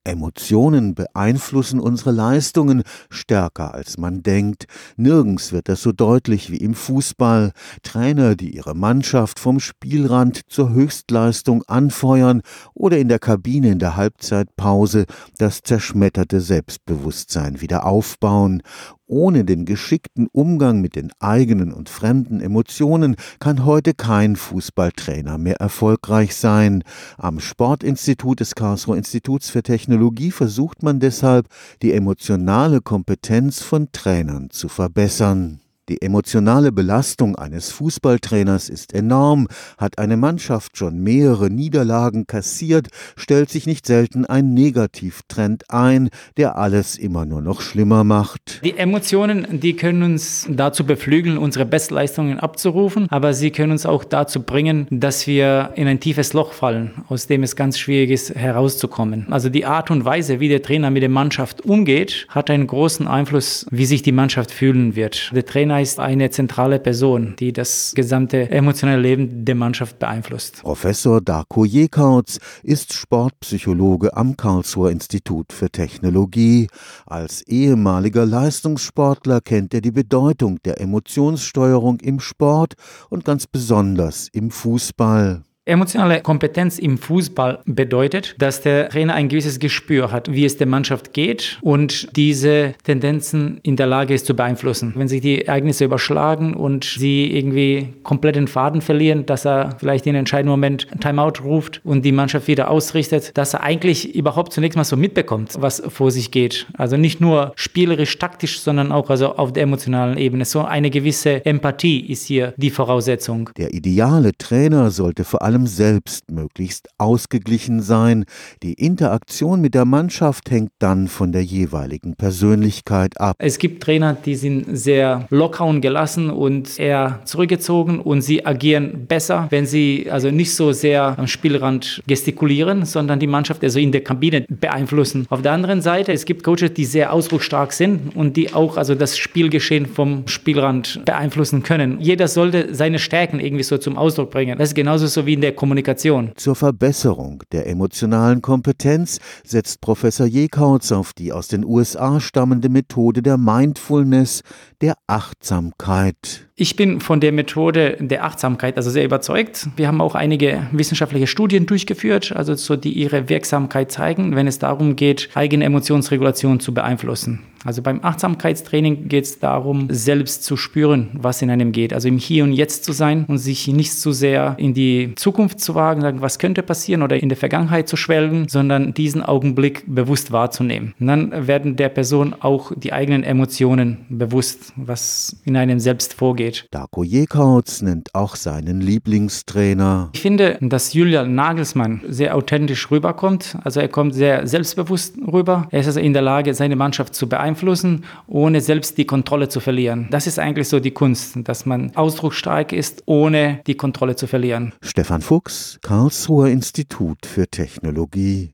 Emotionen beeinflussen unsere Leistungen stärker als man denkt. Nirgends wird das so deutlich wie im Fußball. Trainer, die ihre Mannschaft vom Spielrand zur Höchstleistung anfeuern oder in der Kabine in der Halbzeitpause das zerschmetterte Selbstbewusstsein wieder aufbauen. Ohne den geschickten Umgang mit den eigenen und fremden Emotionen kann heute kein Fußballtrainer mehr erfolgreich sein. Am Sportinstitut des Karlsruher Instituts für Technologie versucht man deshalb, die emotionale Kompetenz von Trainern zu verbessern. Die emotionale Belastung eines Fußballtrainers ist enorm. Hat eine Mannschaft schon mehrere Niederlagen kassiert, stellt sich nicht selten ein Negativtrend ein, der alles immer nur noch schlimmer macht. Die Emotionen, die können uns dazu beflügeln, unsere Bestleistungen abzurufen, aber sie können uns auch dazu bringen, dass wir in ein tiefes Loch fallen, aus dem es ganz schwierig ist, herauszukommen. Also die Art und Weise, wie der Trainer mit der Mannschaft umgeht, hat einen großen Einfluss, wie sich die Mannschaft fühlen wird. Der Trainer ist eine zentrale Person, die das gesamte emotionale Leben der Mannschaft beeinflusst. Professor Darko Jekautz ist Sportpsychologe am Karlsruher Institut für Technologie. Als ehemaliger Leistungssportler kennt er die Bedeutung der Emotionssteuerung im Sport und ganz besonders im Fußball. Emotionale Kompetenz im Fußball bedeutet, dass der Trainer ein gewisses Gespür hat, wie es der Mannschaft geht und diese Tendenzen in der Lage ist zu beeinflussen. Wenn sich die Ereignisse überschlagen und sie irgendwie komplett den Faden verlieren, dass er vielleicht in einem entscheidenden Moment Timeout ruft und die Mannschaft wieder ausrichtet, dass er eigentlich überhaupt zunächst mal so mitbekommt, was vor sich geht. Also nicht nur spielerisch, taktisch, sondern auch also auf der emotionalen Ebene. So eine gewisse Empathie ist hier die Voraussetzung. Der ideale Trainer sollte vor allem selbst möglichst ausgeglichen sein. Die Interaktion mit der Mannschaft hängt dann von der jeweiligen Persönlichkeit ab. Es gibt Trainer, die sind sehr locker und gelassen und eher zurückgezogen und sie agieren besser, wenn sie also nicht so sehr am Spielrand gestikulieren, sondern die Mannschaft also in der Kabine beeinflussen. Auf der anderen Seite, es gibt Coaches, die sehr ausdrucksstark sind und die auch also das Spielgeschehen vom Spielrand beeinflussen können. Jeder sollte seine Stärken irgendwie so zum Ausdruck bringen. Das ist genauso so wie in der Kommunikation. Zur Verbesserung der emotionalen Kompetenz setzt Professor Jekautz auf die aus den USA stammende Methode der Mindfulness, der Achtsamkeit. Ich bin von der Methode der Achtsamkeit also sehr überzeugt. Wir haben auch einige wissenschaftliche Studien durchgeführt, also so die ihre Wirksamkeit zeigen, wenn es darum geht, eigene Emotionsregulation zu beeinflussen. Also beim Achtsamkeitstraining geht es darum, selbst zu spüren, was in einem geht. Also im Hier und Jetzt zu sein und sich nicht zu sehr in die Zukunft zu wagen, sagen, was könnte passieren oder in der Vergangenheit zu schwelgen, sondern diesen Augenblick bewusst wahrzunehmen. Und dann werden der Person auch die eigenen Emotionen bewusst, was in einem selbst vorgeht. Darko Jekautz nennt auch seinen Lieblingstrainer. Ich finde, dass Julian Nagelsmann sehr authentisch rüberkommt. Also er kommt sehr selbstbewusst rüber. Er ist also in der Lage, seine Mannschaft zu beeinflussen, ohne selbst die Kontrolle zu verlieren. Das ist eigentlich so die Kunst, dass man ausdrucksstark ist, ohne die Kontrolle zu verlieren. Stefan Fuchs, Karlsruher Institut für Technologie.